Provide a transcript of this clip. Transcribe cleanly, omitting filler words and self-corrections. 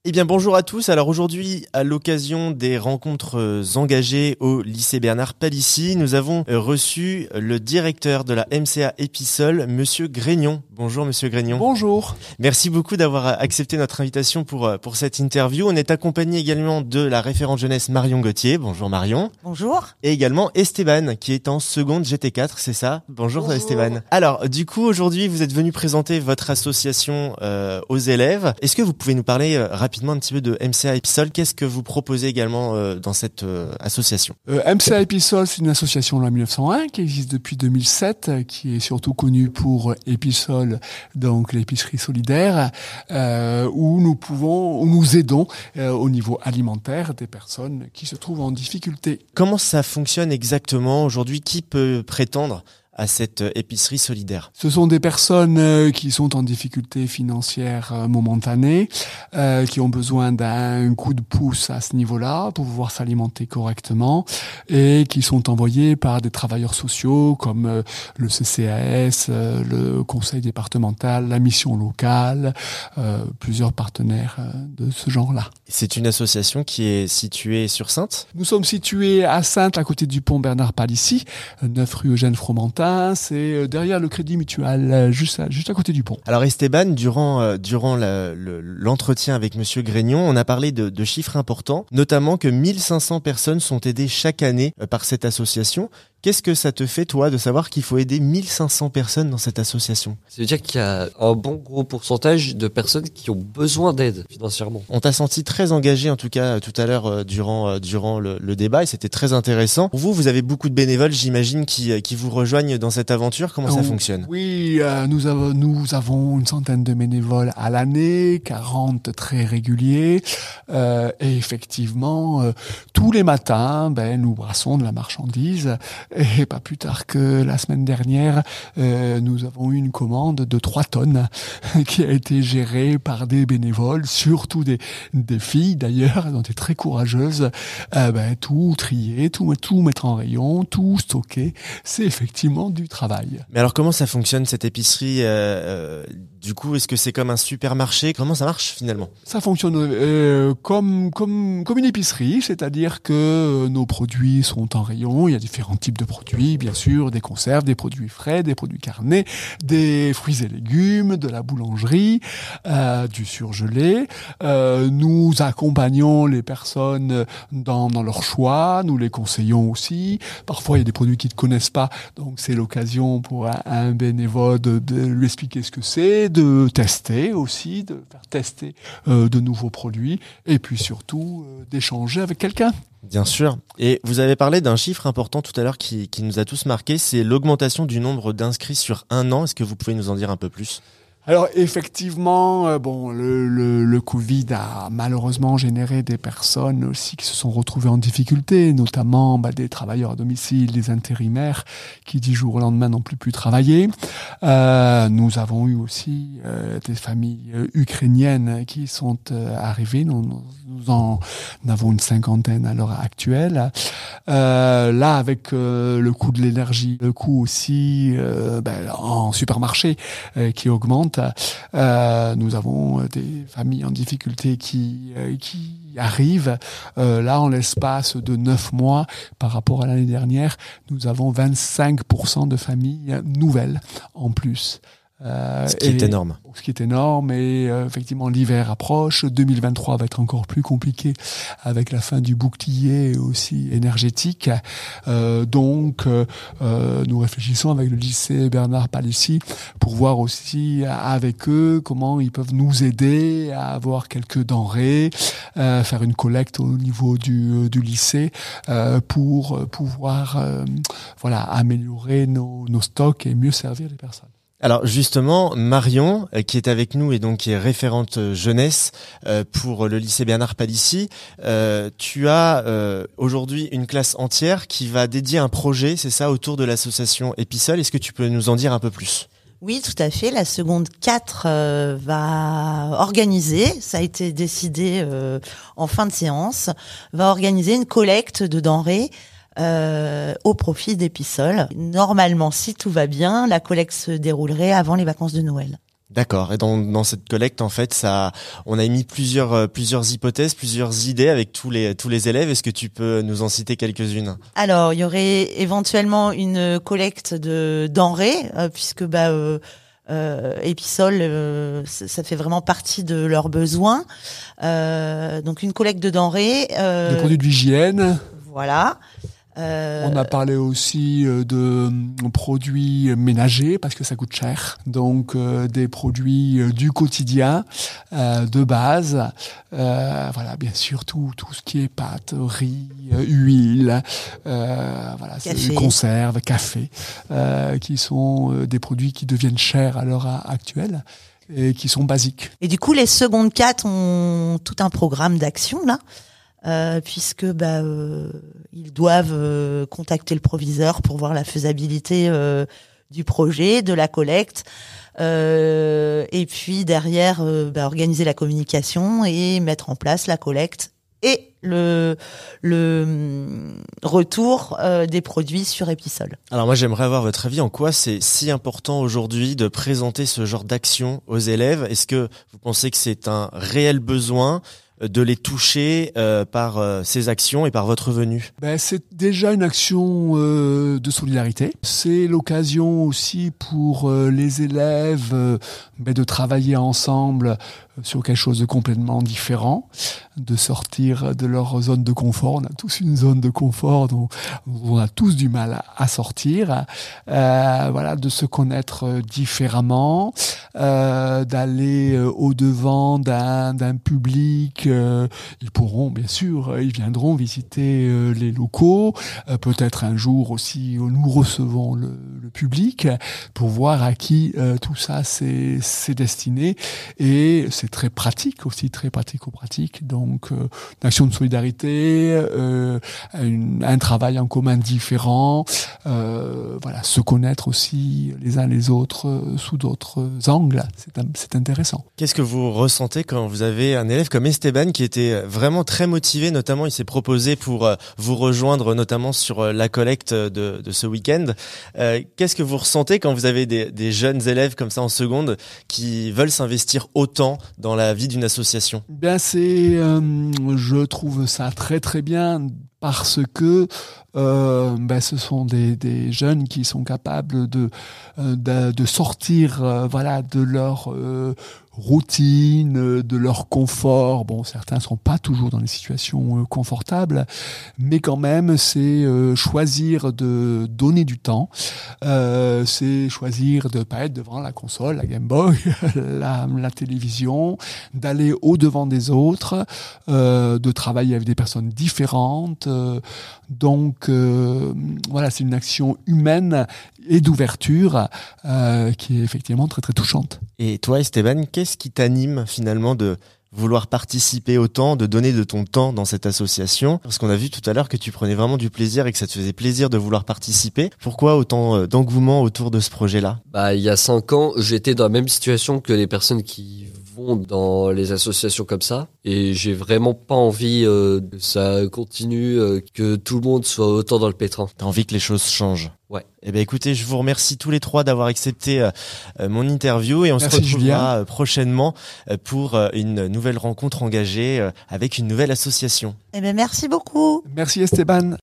Eh bien bonjour à tous, alors aujourd'hui à l'occasion des rencontres engagées au lycée Bernard Palissy, nous avons reçu le directeur de la MCA Epissol, Monsieur Grégnon. Bonjour Monsieur Grégnon. Bonjour. Merci beaucoup d'avoir accepté notre invitation pour cette interview. On est accompagné également de la référente jeunesse Marion Gauthier. Bonjour Marion. Bonjour. Et également Esteban qui est en seconde GT4, c'est ça? Bonjour Esteban. Alors du coup aujourd'hui vous êtes venu présenter votre association aux élèves. Est-ce que vous pouvez nous parler rapidement un petit peu de MCA Epissol? Qu'est-ce que vous proposez également dans cette association? MCA Epissol, c'est une association de la 1901 qui existe depuis 2007, qui est surtout connue pour Epissol, donc l'épicerie solidaire, où nous aidons au niveau alimentaire des personnes qui se trouvent en difficulté. Comment ça fonctionne exactement aujourd'hui? Qui peut prétendre à cette épicerie solidaire? Ce sont des personnes qui sont en difficulté financière momentanée, qui ont besoin d'un coup de pouce à ce niveau-là pour pouvoir s'alimenter correctement et qui sont envoyées par des travailleurs sociaux comme le CCAS, le conseil départemental, la mission locale, plusieurs partenaires de ce genre-là. C'est une association qui est située sur Saintes? Nous sommes situés à Saintes, à côté du pont Bernard Palissy, 9 rue Eugène Fromentin. C'est derrière le Crédit Mutuel, juste à côté du pont. Alors Esteban, durant l'entretien avec Monsieur Grégnon, on a parlé de chiffres importants, notamment que 1500 personnes sont aidées chaque année par cette association. Qu'est-ce que ça te fait, toi, de savoir qu'il faut aider 1500 personnes dans cette association? Ça veut dire qu'il y a un bon gros pourcentage de personnes qui ont besoin d'aide financièrement. On t'a senti très engagé, en tout cas, tout à l'heure, durant le débat, et c'était très intéressant. Pour vous, vous avez beaucoup de bénévoles, j'imagine, qui vous rejoignent dans cette aventure. Comment ça fonctionne? Oui, nous avons une centaine de bénévoles à l'année, 40 très réguliers, et effectivement, tous les matins, nous brassons de la marchandise. Et pas plus tard que la semaine dernière, nous avons eu une commande de 3 tonnes qui a été gérée par des bénévoles, surtout des filles d'ailleurs, elles ont été très courageuses. Tout trier, tout mettre en rayon, tout stocker, c'est effectivement du travail. Mais alors comment ça fonctionne cette épicerie du coup, est-ce que c'est comme un supermarché? Comment ça marche finalement? Ça fonctionne comme une épicerie, c'est-à-dire que nos produits sont en rayon. Il y a différents types de produits, bien sûr, des conserves, des produits frais, des produits carnés, des fruits et légumes, de la boulangerie, du surgelé. Nous accompagnons les personnes dans leur choix, nous les conseillons aussi. Parfois, il y a des produits qu'ils ne connaissent pas, donc c'est l'occasion pour un bénévole de lui expliquer ce que c'est, de tester aussi, de faire tester de nouveaux produits, et puis surtout d'échanger avec quelqu'un. Bien sûr. Et vous avez parlé d'un chiffre important tout à l'heure qui nous a tous marqué, c'est l'augmentation du nombre d'inscrits sur un an. Est-ce que vous pouvez nous en dire un peu plus? Alors effectivement, le Covid a malheureusement généré des personnes aussi qui se sont retrouvées en difficulté, notamment des travailleurs à domicile, des intérimaires qui du jour au lendemain n'ont plus pu travailler. Nous avons eu aussi des familles ukrainiennes qui sont arrivées. Nous en avons une cinquantaine à l'heure actuelle. Là, avec le coût de l'énergie, le coût aussi en supermarché qui augmente. Nous avons des familles en difficulté qui arrivent. Là, en l'espace de 9 mois, par rapport à l'année dernière, nous avons 25% de familles nouvelles en plus. Ce qui est énorme. Ce qui est énorme, et effectivement l'hiver approche, 2023 va être encore plus compliqué avec la fin du bouclier aussi énergétique. Donc nous réfléchissons avec le lycée Bernard Palissy pour voir aussi avec eux comment ils peuvent nous aider à avoir quelques denrées, faire une collecte au niveau du lycée pour pouvoir améliorer nos stocks et mieux servir les personnes. Alors justement, Marion, qui est avec nous et donc qui est référente jeunesse pour le lycée Bernard Palissy, tu as aujourd'hui une classe entière qui va dédier un projet, c'est ça, autour de l'association Epissol. Est-ce que tu peux nous en dire un peu plus ? Oui, tout à fait. La seconde 4 va organiser, ça a été décidé en fin de séance, va organiser une collecte de denrées au profit d'Epissol. Normalement, si tout va bien, la collecte se déroulerait avant les vacances de Noël. D'accord. Et dans cette collecte, en fait, on a émis plusieurs hypothèses, plusieurs idées avec tous les élèves. Est-ce que tu peux nous en citer quelques-unes? Alors, il y aurait éventuellement une collecte de denrées, puisque Épisol, ça fait vraiment partie de leurs besoins. Donc une collecte de denrées. Des produits d'hygiène. Voilà. On a parlé aussi de produits ménagers parce que ça coûte cher. Donc des produits du quotidien, de base. Voilà, bien sûr tout ce qui est pâtes, riz, huile, voilà, conserves, café, qui sont des produits qui deviennent chers à l'heure actuelle et qui sont basiques. Et du coup, les secondes 4 ont tout un programme d'action là. Puisque ils doivent contacter le proviseur pour voir la faisabilité du projet, de la collecte, et puis derrière organiser la communication et mettre en place la collecte et le retour des produits sur Épisol. Alors moi j'aimerais avoir votre avis en quoi c'est si important aujourd'hui de présenter ce genre d'action aux élèves. Est-ce que vous pensez que c'est un réel besoin de les toucher par ces actions et par votre venue? C'est déjà une action de solidarité. C'est l'occasion aussi pour les élèves de travailler ensemble sur quelque chose de complètement différent, de sortir de leur zone de confort. On a tous une zone de confort dont on a tous du mal à sortir. Voilà, de se connaître différemment, d'aller au-devant d'un public. Ils viendront visiter les locaux. Peut-être un jour aussi, nous recevons le public pour voir à qui tout ça c'est destiné. Et c'est très pratique aussi, très pratico-pratique. Donc, une action de solidarité, un travail en commun différent, voilà, se connaître aussi les uns les autres sous d'autres angles. C'est intéressant. Qu'est-ce que vous ressentez quand vous avez un élève comme Esteban qui était vraiment très motivé, notamment il s'est proposé pour vous rejoindre notamment sur la collecte de ce week-end. Qu'est-ce que vous ressentez quand vous avez des jeunes élèves comme ça en seconde qui veulent s'investir autant dans la vie d'une association? Je trouve ça très très bien parce que ce sont des jeunes qui sont capables de sortir de leur routine, de leur confort. Bon, certains sont pas toujours dans des situations confortables, mais quand même, c'est choisir de donner du temps. C'est choisir de pas être devant la console, la Game Boy, la télévision, d'aller au-devant des autres, de travailler avec des personnes différentes. Donc, c'est une action humaine et d'ouverture qui est effectivement très très touchante. Et toi, Esteban, qu'est-ce qui t'anime finalement de vouloir participer autant, de donner de ton temps dans cette association? Parce qu'on a vu tout à l'heure que tu prenais vraiment du plaisir et que ça te faisait plaisir de vouloir participer. Pourquoi autant d'engouement autour de ce projet-là? Il y a 5 ans, j'étais dans la même situation que les personnes qui vont dans les associations comme ça. Et j'ai vraiment pas envie que ça continue, que tout le monde soit autant dans le pétrin. T'as envie que les choses changent? Ouais. Écoutez, je vous remercie tous les trois d'avoir accepté mon interview et on se retrouvera prochainement pour une nouvelle rencontre engagée avec une nouvelle association. Merci beaucoup. Merci Esteban.